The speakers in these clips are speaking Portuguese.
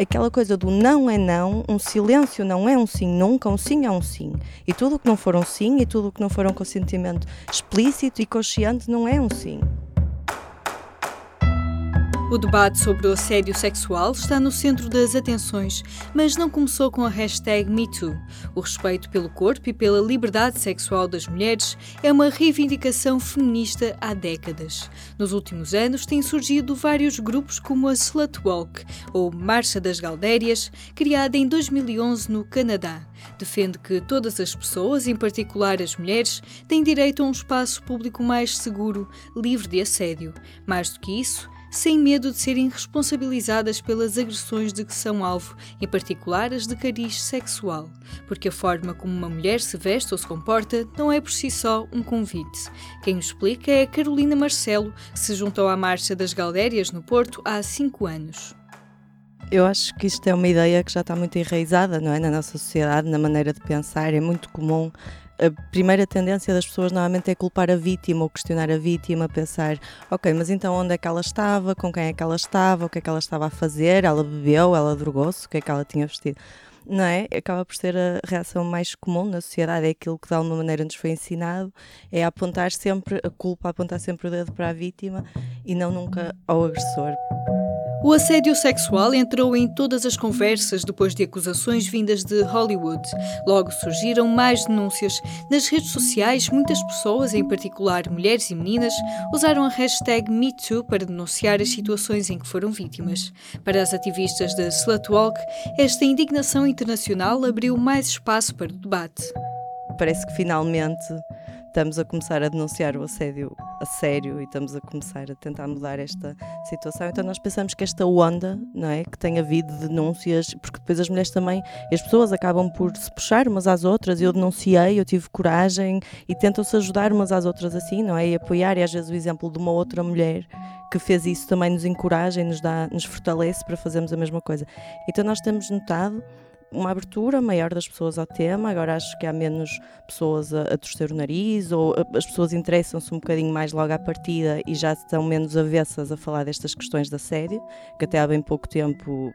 aquela coisa do não é não, um silêncio não é um sim nunca, um sim é um sim. E tudo o que não for um sim e tudo o que não for um consentimento explícito e consciente não é um sim. O debate sobre o assédio sexual está no centro das atenções, mas não começou com a hashtag #MeToo. O respeito pelo corpo e pela liberdade sexual das mulheres é uma reivindicação feminista há décadas. Nos últimos anos têm surgido vários grupos como a Slut Walk, ou Marcha das Galdérias, criada em 2011 no Canadá. Defende que todas as pessoas, em particular as mulheres, têm direito a um espaço público mais seguro, livre de assédio. Mais do que isso, sem medo de serem responsabilizadas pelas agressões de que são alvo, em particular as de cariz sexual, porque a forma como uma mulher se veste ou se comporta não é por si só um convite. Quem o explica é a Carolina Marcelo, que se juntou à Marcha das Galdérias no Porto há 5 anos. Eu acho que isto é uma ideia que já está muito enraizada, não é? Na nossa sociedade, na maneira de pensar. É muito comum. A primeira tendência das pessoas normalmente é culpar a vítima ou questionar a vítima, pensar, ok, mas então onde é que ela estava, com quem é que ela estava, o que é que ela estava a fazer, ela bebeu, ela drogou-se, o que é que ela tinha vestido, não é? Acaba por ser a reação mais comum na sociedade, é aquilo que de alguma maneira nos foi ensinado, é apontar sempre a culpa, apontar sempre o dedo para a vítima e não nunca ao agressor. O assédio sexual entrou em todas as conversas depois de acusações vindas de Hollywood. Logo surgiram mais denúncias. Nas redes sociais, muitas pessoas, em particular mulheres e meninas, usaram a hashtag #MeToo para denunciar as situações em que foram vítimas. Para as ativistas da Slutwalk, esta indignação internacional abriu mais espaço para o debate. Parece que finalmente estamos a começar a denunciar o assédio a sério e estamos a começar a tentar mudar esta situação. Então nós pensamos que esta onda, não é, que tem havido denúncias, porque depois as mulheres também, as pessoas acabam por se puxar umas às outras, eu denunciei, eu tive coragem e tentam-se ajudar umas às outras assim, não é, e apoiar, e às vezes o exemplo de uma outra mulher que fez isso também nos encoraja e nos fortalece para fazermos a mesma coisa. Então nós temos notado uma abertura maior das pessoas ao tema. Agora acho que há menos pessoas a torcer o nariz, ou as pessoas interessam-se um bocadinho mais logo à partida e já estão menos avessas a falar destas questões de assédio, que até há bem pouco tempo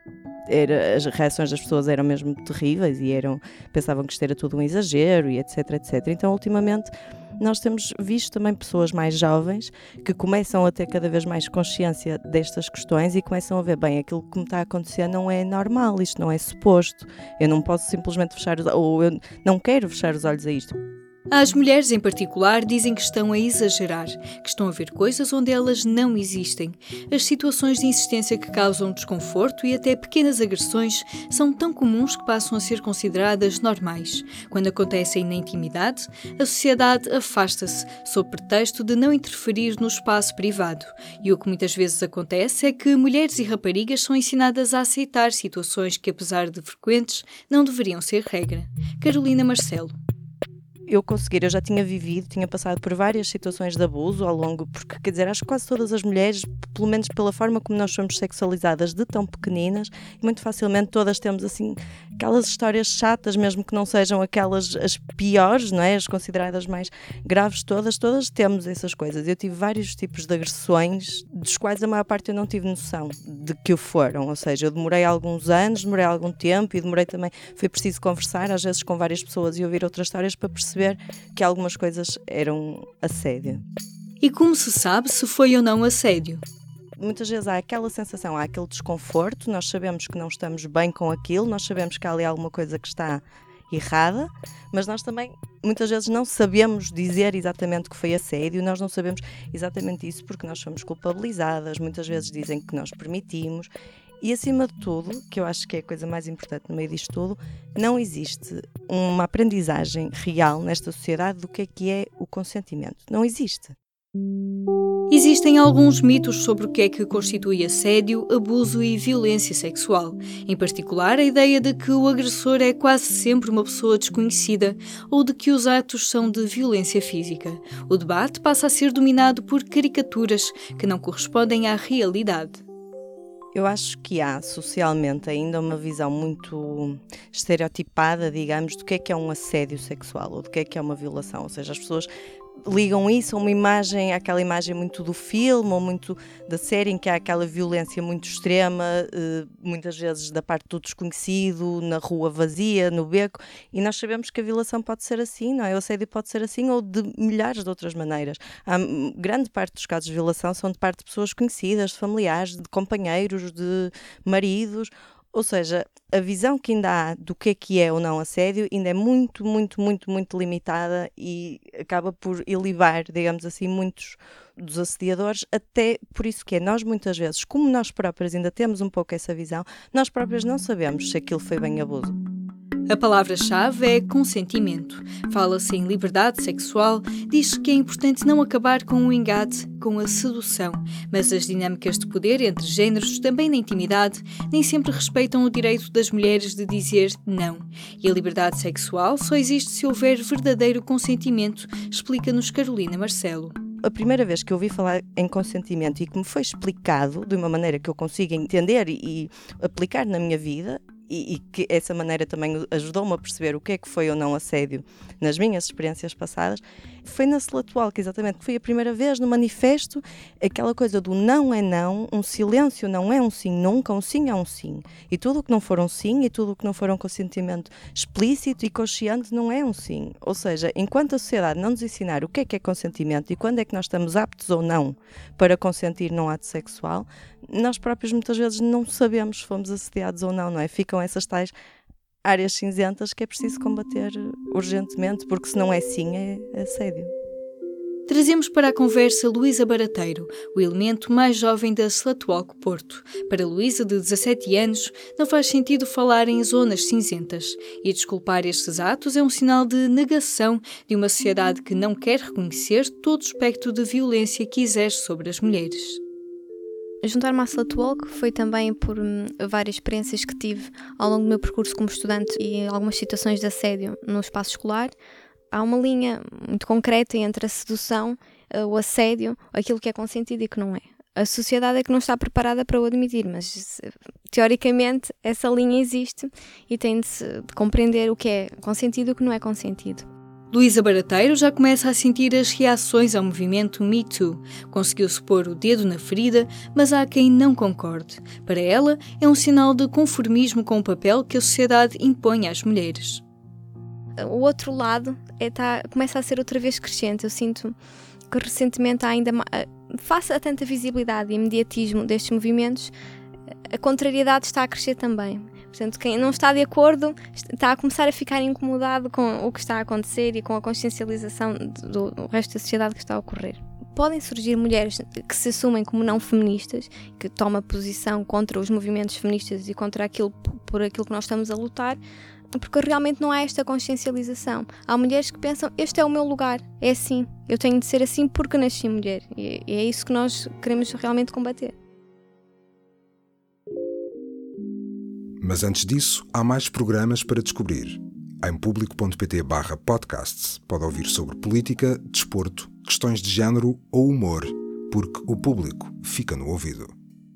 as reações das pessoas eram mesmo terríveis e pensavam que isto era tudo um exagero e etc, etc. Então ultimamente nós temos visto também pessoas mais jovens que começam a ter cada vez mais consciência destas questões e começam a ver, bem, aquilo que me está a acontecer não é normal, isto não é suposto, eu não posso simplesmente fechar os olhos, ou eu não quero fechar os olhos a isto. As mulheres, em particular, dizem que estão a exagerar, que estão a ver coisas onde elas não existem. As situações de insistência que causam desconforto e até pequenas agressões são tão comuns que passam a ser consideradas normais. Quando acontecem na intimidade, a sociedade afasta-se, sob pretexto de não interferir no espaço privado. E o que muitas vezes acontece é que mulheres e raparigas são ensinadas a aceitar situações que, apesar de frequentes, não deveriam ser regra. Carolina Marcelo. Eu já tinha passado por várias situações de abuso ao longo, porque, quer dizer, acho que quase todas as mulheres, pelo menos pela forma como nós somos sexualizadas de tão pequeninas, muito facilmente todas temos, assim, aquelas histórias chatas, mesmo que não sejam aquelas as piores, não é? As consideradas mais graves, todas temos essas coisas. Eu tive vários tipos de agressões, dos quais a maior parte eu não tive noção de que o foram, ou seja, eu demorei alguns anos, demorei algum tempo e demorei também, foi preciso conversar, às vezes com várias pessoas e ouvir outras histórias para perceber que algumas coisas eram assédio. E como se sabe se foi ou não assédio? Muitas vezes há aquela sensação, há aquele desconforto, nós sabemos que não estamos bem com aquilo, nós sabemos que há ali alguma coisa que está errada, mas nós também muitas vezes não sabemos dizer exatamente que foi assédio, nós não sabemos exatamente isso porque nós somos culpabilizadas, muitas vezes dizem que nós permitimos. E, acima de tudo, que eu acho que é a coisa mais importante no meio disto tudo, não existe uma aprendizagem real nesta sociedade do que é o consentimento. Não existe. Existem alguns mitos sobre o que é que constitui assédio, abuso e violência sexual. Em particular, a ideia de que o agressor é quase sempre uma pessoa desconhecida ou de que os atos são de violência física. O debate passa a ser dominado por caricaturas que não correspondem à realidade. Eu acho que há socialmente ainda uma visão muito estereotipada, digamos, do que é um assédio sexual ou do que é uma violação. Ou seja, as pessoas ligam isso a uma imagem, àquela imagem muito do filme ou muito da série, em que há aquela violência muito extrema, muitas vezes da parte do desconhecido, na rua vazia, no beco, e nós sabemos que a violação pode ser assim, não é? O assédio pode ser assim ou de milhares de outras maneiras. Grande parte dos casos de violação são de parte de pessoas conhecidas, de familiares, de companheiros, de maridos. Ou seja, a visão que ainda há do que é ou não assédio ainda é muito, muito, muito, muito limitada e acaba por ilibar, digamos assim, muitos dos assediadores, até por isso que nós muitas vezes, como nós próprias ainda temos um pouco essa visão, nós próprias não sabemos se aquilo foi bem abuso. A palavra-chave é consentimento. Fala-se em liberdade sexual, diz-se que é importante não acabar com o engate, com a sedução, mas as dinâmicas de poder entre géneros, também na intimidade, nem sempre respeitam o direito das mulheres de dizer não. E a liberdade sexual só existe se houver verdadeiro consentimento, explica-nos Carolina Marcelo. A primeira vez que eu ouvi falar em consentimento e que me foi explicado de uma maneira que eu consiga entender e aplicar na minha vida, e que essa maneira também ajudou-me a perceber o que é que foi ou não assédio nas minhas experiências passadas, foi na Slutwalk, exatamente, que foi a primeira vez no manifesto, aquela coisa do não é não, um silêncio não é um sim nunca, um sim é um sim. E tudo o que não for um sim e tudo o que não for um consentimento explícito e consciente não é um sim. Ou seja, enquanto a sociedade não nos ensinar o que é consentimento e quando é que nós estamos aptos ou não para consentir num ato sexual, nós próprios muitas vezes não sabemos se fomos assediados ou não, não é? Ficam essas tais áreas cinzentas que é preciso combater urgentemente, porque se não é sim, é assédio. Trazemos para a conversa Luísa Barateiro, o elemento mais jovem da Slutwalk Porto. Para Luísa, de 17 anos, não faz sentido falar em zonas cinzentas. E desculpar estes atos é um sinal de negação de uma sociedade que não quer reconhecer todo o espectro de violência que exerce sobre as mulheres. Juntar-me à Slutwalk foi também por várias experiências que tive ao longo do meu percurso como estudante e algumas situações de assédio no espaço escolar. Há uma linha muito concreta entre a sedução, o assédio, aquilo que é consentido e que não é. A sociedade é que não está preparada para o admitir, mas teoricamente essa linha existe e tem de compreender o que é consentido e o que não é consentido. Luísa Barateiro já começa a sentir as reações ao movimento Me Too. Conseguiu-se pôr o dedo na ferida, mas há quem não concorde. Para ela, é um sinal de conformismo com o papel que a sociedade impõe às mulheres. O outro lado começa a ser outra vez crescente. Eu sinto que recentemente há ainda face a tanta visibilidade e imediatismo destes movimentos, a contrariedade está a crescer também. Portanto, quem não está de acordo está a começar a ficar incomodado com o que está a acontecer e com a consciencialização do resto da sociedade que está a ocorrer. Podem surgir mulheres que se assumem como não feministas, que tomam posição contra os movimentos feministas e contra por aquilo que nós estamos a lutar, porque realmente não há esta consciencialização. Há mulheres que pensam, este é o meu lugar, é assim, eu tenho de ser assim porque nasci mulher. E é isso que nós queremos realmente combater. Mas antes disso, há mais programas para descobrir. Em público.pt/podcasts pode ouvir sobre política, desporto, questões de género ou humor, porque o público fica no ouvido.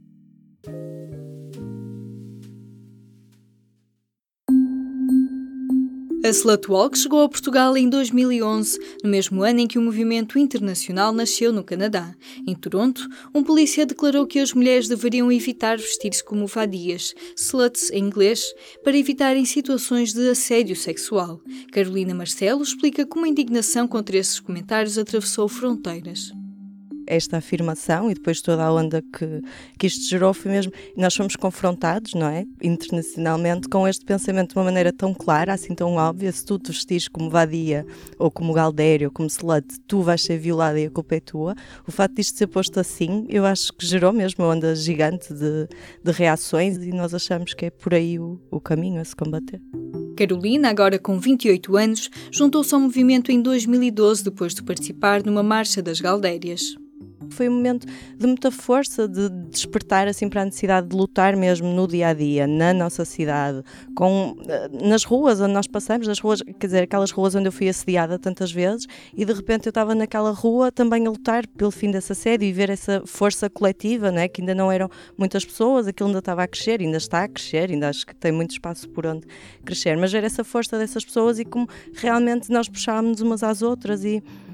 A Slutwalk chegou a Portugal em 2011, no mesmo ano em que o movimento internacional nasceu no Canadá. Em Toronto, um polícia declarou que as mulheres deveriam evitar vestir-se como vadias, sluts em inglês, para evitarem situações de assédio sexual. Carolina Marcelo explica como a indignação contra esses comentários atravessou fronteiras. Esta afirmação e depois toda a onda que isto gerou foi mesmo, nós fomos confrontados, não é, internacionalmente com este pensamento de uma maneira tão clara, assim tão óbvia, se tu te vestires como vadia ou como galdério ou como slut, tu vais ser violada e a culpa é tua. O facto disto ser posto assim, eu acho que gerou mesmo uma onda gigante de reações e nós achamos que é por aí o caminho a se combater. Carolina, agora com 28 anos, juntou-se ao movimento em 2012 depois de participar numa marcha das Galdérias. Foi um momento de muita força, de despertar assim para a necessidade de lutar mesmo no dia-a-dia, na nossa cidade, nas ruas onde nós passamos, nas ruas, quer dizer, aquelas ruas onde eu fui assediada tantas vezes e de repente eu estava naquela rua também a lutar pelo fim desse assédio e ver essa força coletiva, não é? Que ainda não eram muitas pessoas, aquilo ainda estava a crescer, ainda está a crescer, ainda acho que tem muito espaço por onde crescer, mas ver essa força dessas pessoas e como realmente nós puxávamos umas às outras e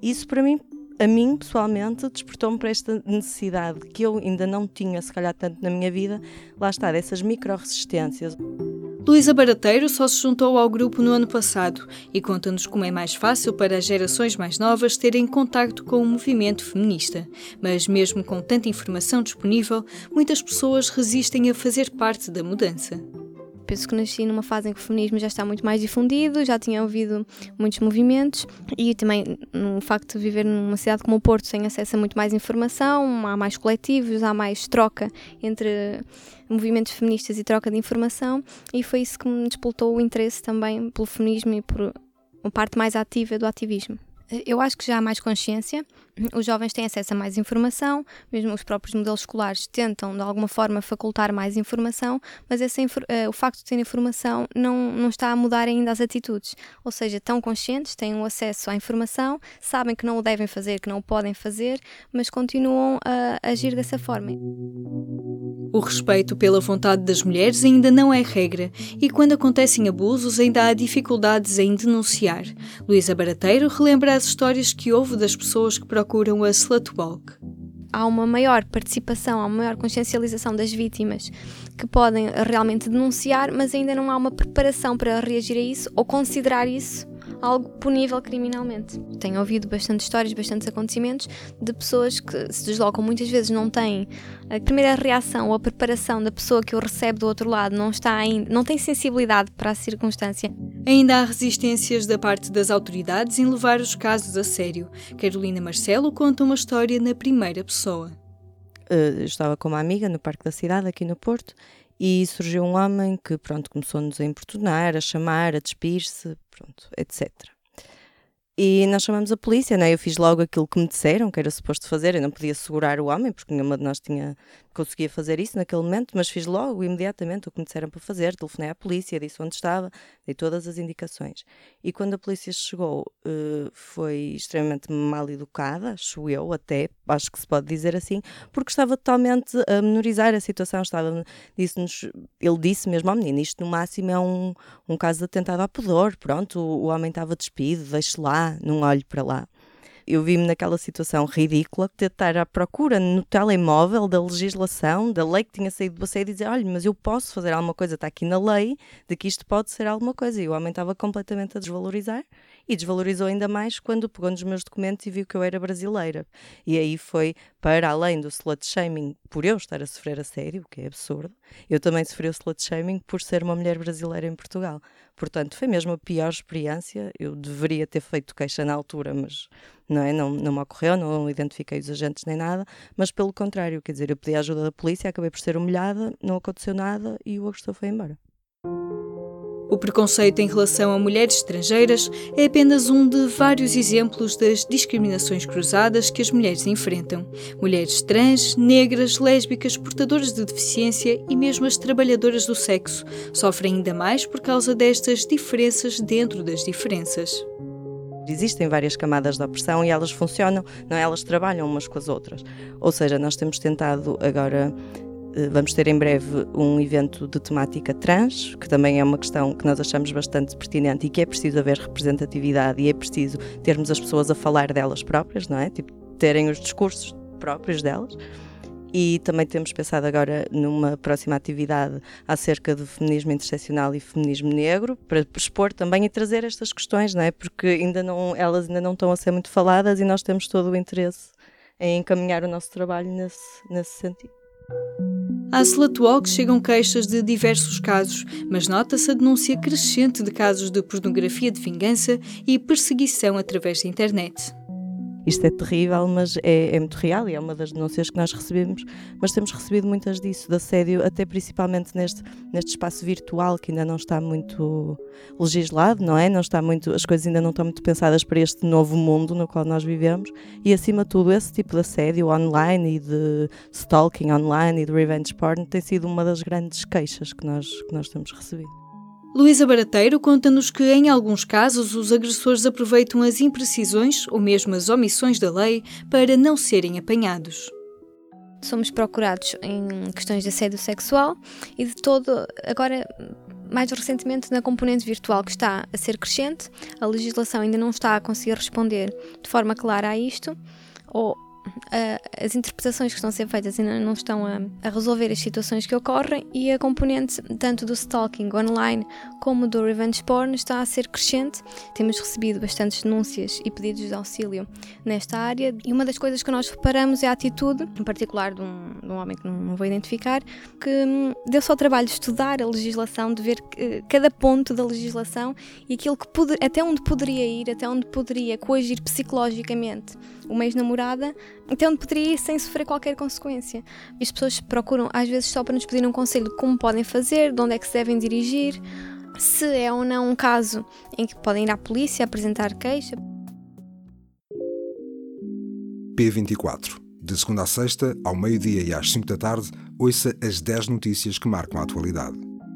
Isso para mim, a mim pessoalmente, despertou-me para esta necessidade que eu ainda não tinha, se calhar tanto na minha vida, lá está, dessas micro-resistências. Luísa Barateiro só se juntou ao grupo no ano passado e conta-nos como é mais fácil para as gerações mais novas terem contacto com o movimento feminista. Mas mesmo com tanta informação disponível, muitas pessoas resistem a fazer parte da mudança. Penso que nasci numa fase em que o feminismo já está muito mais difundido, já tinha ouvido muitos movimentos e também no facto de viver numa cidade como o Porto sem acesso a muito mais informação, há mais coletivos, há mais troca entre movimentos feministas e troca de informação, e foi isso que me despoltou o interesse também pelo feminismo e por uma parte mais ativa do ativismo. Eu acho que já há mais consciência, os jovens têm acesso a mais informação, mesmo os próprios modelos escolares tentam de alguma forma facultar mais informação, mas o facto de ter informação não está a mudar ainda as atitudes, ou seja, estão conscientes, têm o acesso à informação, sabem que não o devem fazer, que não o podem fazer, mas continuam a agir dessa forma. O respeito pela vontade das mulheres ainda não é regra e quando acontecem abusos ainda há dificuldades em denunciar. Luísa Barateiro relembra as histórias que houve das pessoas que procuram a Slutwalk. Há uma maior participação, há uma maior consciencialização das vítimas que podem realmente denunciar, mas ainda não há uma preparação para reagir a isso ou considerar isso algo punível criminalmente. Tenho ouvido bastantes histórias, bastantes acontecimentos de pessoas que se deslocam, muitas vezes não têm a primeira reação ou a preparação da pessoa que o recebe do outro lado, não tem sensibilidade para a circunstância. Ainda há resistências da parte das autoridades em levar os casos a sério. Carolina Marcelo conta uma história na primeira pessoa. Eu estava com uma amiga no Parque da Cidade, aqui no Porto, e surgiu um homem que, começou-nos a importunar, a chamar, a despir-se, etc. E nós chamamos a polícia, né? Eu fiz logo aquilo que me disseram, que era suposto fazer. Eu não podia segurar o homem, porque nenhuma de nós conseguia fazer isso naquele momento, mas fiz logo, imediatamente, o que me disseram para fazer. Telefonei à polícia, disse onde estava, dei todas as indicações. E quando a polícia chegou, foi extremamente mal educada, acho que se pode dizer assim, porque estava totalmente a menorizar a situação. Ele disse mesmo ao menino, isto no máximo é um caso de atentado ao pudor, o homem estava despido, deixe lá, não olhe para lá. Eu vi-me naquela situação ridícula de estar à procura no telemóvel da legislação, da lei que tinha saído de você e dizer, olha, mas eu posso fazer alguma coisa, está aqui na lei de que isto pode ser alguma coisa. E o homem estava completamente a desvalorizar e desvalorizou ainda mais quando pegou nos meus documentos e viu que eu era brasileira. E aí foi para além do slut shaming por eu estar a sofrer assédio, o que é absurdo, eu também sofri o slut shaming por ser uma mulher brasileira em Portugal. Portanto, foi mesmo a pior experiência. Eu deveria ter feito queixa na altura, mas não me ocorreu, não identifiquei os agentes nem nada, mas pelo contrário, quer dizer, eu pedi a ajuda da polícia, acabei por ser humilhada, não aconteceu nada e o agressor foi embora. O preconceito em relação a mulheres estrangeiras é apenas um de vários exemplos das discriminações cruzadas que as mulheres enfrentam. Mulheres trans, negras, lésbicas, portadoras de deficiência e mesmo as trabalhadoras do sexo sofrem ainda mais por causa destas diferenças dentro das diferenças. Existem várias camadas de opressão e elas funcionam, não é? Elas trabalham umas com as outras. Ou seja, nós temos tentado agora, vamos ter em breve um evento de temática trans, que também é uma questão que nós achamos bastante pertinente e que é preciso haver representatividade e é preciso termos as pessoas a falar delas próprias, não é? Tipo, terem os discursos próprios delas. E também temos pensado agora numa próxima atividade acerca do feminismo interseccional e feminismo negro, para expor também e trazer estas questões, não é? Porque elas ainda não estão a ser muito faladas e nós temos todo o interesse em encaminhar o nosso trabalho nesse sentido. À Slutwalk chegam queixas de diversos casos, mas nota-se a denúncia crescente de casos de pornografia de vingança e perseguição através da internet. Isto é terrível, mas é muito real e é uma das denúncias que nós recebemos, mas temos recebido muitas disso, de assédio, até principalmente neste espaço virtual que ainda não está muito legislado, não é? As coisas ainda não estão muito pensadas para este novo mundo no qual nós vivemos e, acima de tudo, esse tipo de assédio online e de stalking online e de revenge porn tem sido uma das grandes queixas que nós temos recebido. Luísa Barateiro conta-nos que, em alguns casos, os agressores aproveitam as imprecisões ou mesmo as omissões da lei para não serem apanhados. Somos procurados em questões de assédio sexual e de todo, agora mais recentemente na componente virtual, que está a ser crescente. A legislação ainda não está a conseguir responder de forma clara a isto, ou as interpretações que estão a ser feitas ainda não estão a resolver as situações que ocorrem, e a componente tanto do stalking online como do revenge porn está a ser crescente. Temos recebido bastantes denúncias e pedidos de auxílio nesta área, e uma das coisas que nós reparamos é a atitude, em particular de um homem que não vou identificar, que deu-se ao trabalho de estudar a legislação, de ver cada ponto da legislação e aquilo que até onde poderia ir, até onde poderia coagir psicologicamente uma ex-namorada, até onde poderia ir sem sofrer qualquer consequência. E as pessoas procuram, às vezes, só para nos pedir um conselho de como podem fazer, de onde é que se devem dirigir, se é ou não um caso em que podem ir à polícia apresentar queixa. P24. De segunda a sexta, ao meio-dia e às 5 da tarde, ouça as 10 notícias que marcam a atualidade.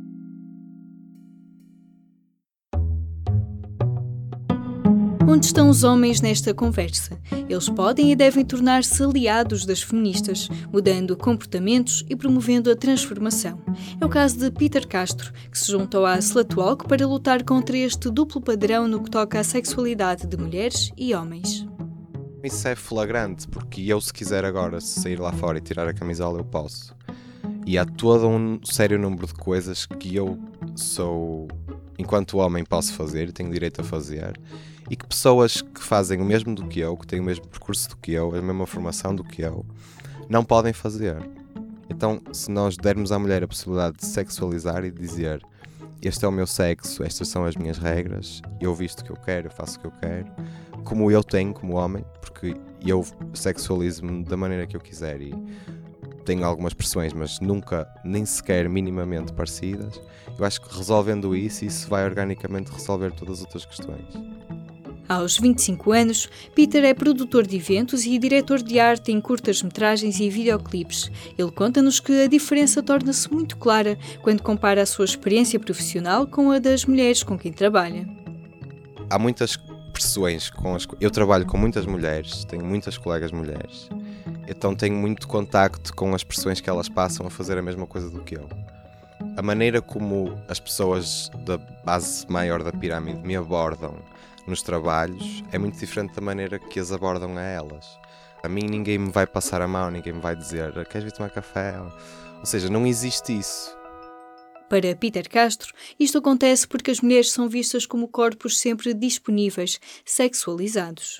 Onde estão os homens nesta conversa? Eles podem e devem tornar-se aliados das feministas, mudando comportamentos e promovendo a transformação. É o caso de Peter Castro, que se juntou à Slutwalk para lutar contra este duplo padrão no que toca à sexualidade de mulheres e homens. Isso é flagrante, porque eu, se quiser agora sair lá fora e tirar a camisola, eu posso. E há todo um sério número de coisas que eu sou, enquanto homem, posso fazer e tenho direito a fazer, e que pessoas que fazem o mesmo do que eu, que têm o mesmo percurso do que eu, a mesma formação do que eu, não podem fazer. Então, se nós dermos à mulher a possibilidade de sexualizar e de dizer: este é o meu sexo, estas são as minhas regras, eu visto o que eu quero, eu faço o que eu quero, como eu tenho como homem, porque eu sexualizo-me da maneira que eu quiser e tenho algumas pressões, mas nunca, nem sequer minimamente parecidas. Eu acho que resolvendo isso vai organicamente resolver todas as outras questões. Aos 25 anos, Peter é produtor de eventos e diretor de arte em curtas-metragens e videoclipes. Ele conta-nos que a diferença torna-se muito clara quando compara a sua experiência profissional com a das mulheres com quem trabalha. Há muitas pressões. Eu trabalho com muitas mulheres, tenho muitas colegas mulheres, então tenho muito contacto com as pressões que elas passam a fazer a mesma coisa do que eu. A maneira como as pessoas da base maior da pirâmide me abordam nos trabalhos é muito diferente da maneira que as abordam a elas. A mim ninguém me vai passar a mão, ninguém me vai dizer: queres vir tomar café? Ou seja, não existe isso. Para Peter Castro, isto acontece porque as mulheres são vistas como corpos sempre disponíveis, sexualizados.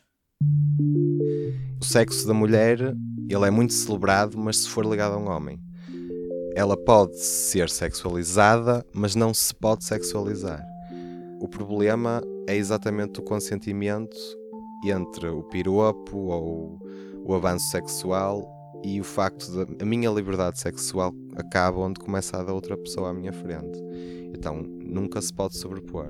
O sexo da mulher, ele é muito celebrado, mas se for ligado a um homem. Ela pode ser sexualizada, mas não se pode sexualizar. O problema é exatamente o consentimento entre o piropo ou o avanço sexual e o facto de a minha liberdade sexual acaba onde começa a da outra pessoa à minha frente. Então nunca se pode sobrepor.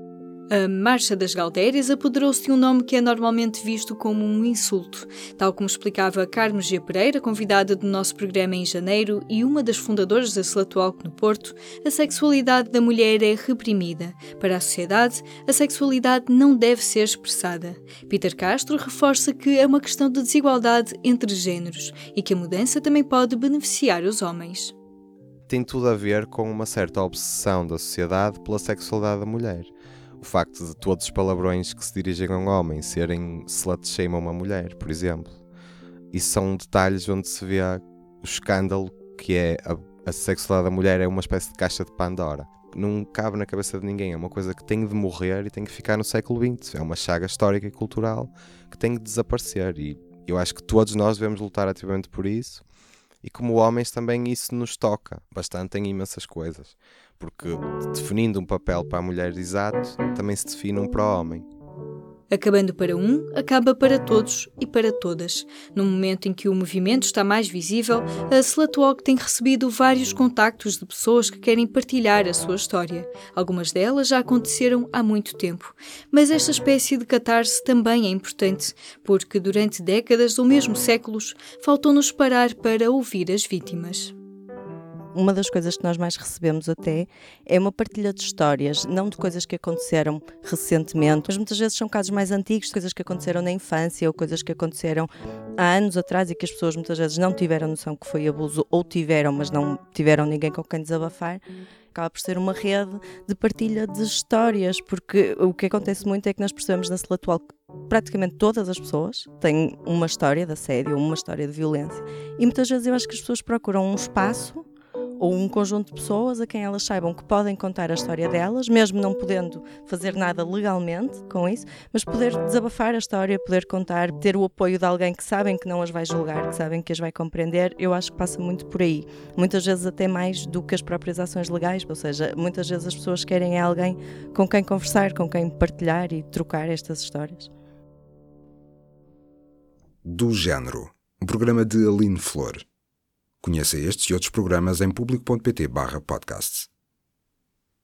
A Marcha das Galtérias apoderou-se de um nome que é normalmente visto como um insulto. Tal como explicava Carmo G. Pereira, convidada do nosso programa em janeiro e uma das fundadoras da Slutwalk no Porto, a sexualidade da mulher é reprimida. Para a sociedade, a sexualidade não deve ser expressada. Peter Castro reforça que é uma questão de desigualdade entre géneros e que a mudança também pode beneficiar os homens. Tem tudo a ver com uma certa obsessão da sociedade pela sexualidade da mulher. O facto de todos os palavrões que se dirigem a um homem serem slut shame a uma mulher, por exemplo. Isso são detalhes onde se vê o escândalo que é a sexualidade da mulher é uma espécie de caixa de Pandora. Não cabe na cabeça de ninguém, é uma coisa que tem de morrer e tem que ficar no século XX. É uma chaga histórica e cultural que tem de desaparecer e eu acho que todos nós devemos lutar ativamente por isso. E como homens também isso nos toca bastante em imensas coisas. Porque definindo um papel para a mulher exato, também se define um para o homem. Acabando para um, acaba para todos e para todas. No momento em que o movimento está mais visível, a Slutwalk tem recebido vários contactos de pessoas que querem partilhar a sua história. Algumas delas já aconteceram há muito tempo. Mas esta espécie de catarse também é importante, porque durante décadas ou mesmo séculos, faltou-nos parar para ouvir as vítimas. Uma das coisas que nós mais recebemos até é uma partilha de histórias, não de coisas que aconteceram recentemente, mas muitas vezes são casos mais antigos, coisas que aconteceram na infância ou coisas que aconteceram há anos atrás e que as pessoas muitas vezes não tiveram noção que foi abuso ou tiveram, mas não tiveram ninguém com quem desabafar, acaba por ser uma rede de partilha de histórias, porque o que acontece muito é que nós percebemos na sociedade atual que praticamente todas as pessoas têm uma história de assédio, uma história de violência, e muitas vezes eu acho que as pessoas procuram um espaço ou um conjunto de pessoas a quem elas saibam que podem contar a história delas, mesmo não podendo fazer nada legalmente com isso, mas poder desabafar a história, poder contar, ter o apoio de alguém que sabem que não as vai julgar, que sabem que as vai compreender. Eu acho que passa muito por aí. Muitas vezes até mais do que as próprias ações legais, ou seja, muitas vezes as pessoas querem alguém com quem conversar, com quem partilhar e trocar estas histórias. Do Género, um programa de Aline Flor. Conheça estes e outros programas em público.pt/podcasts.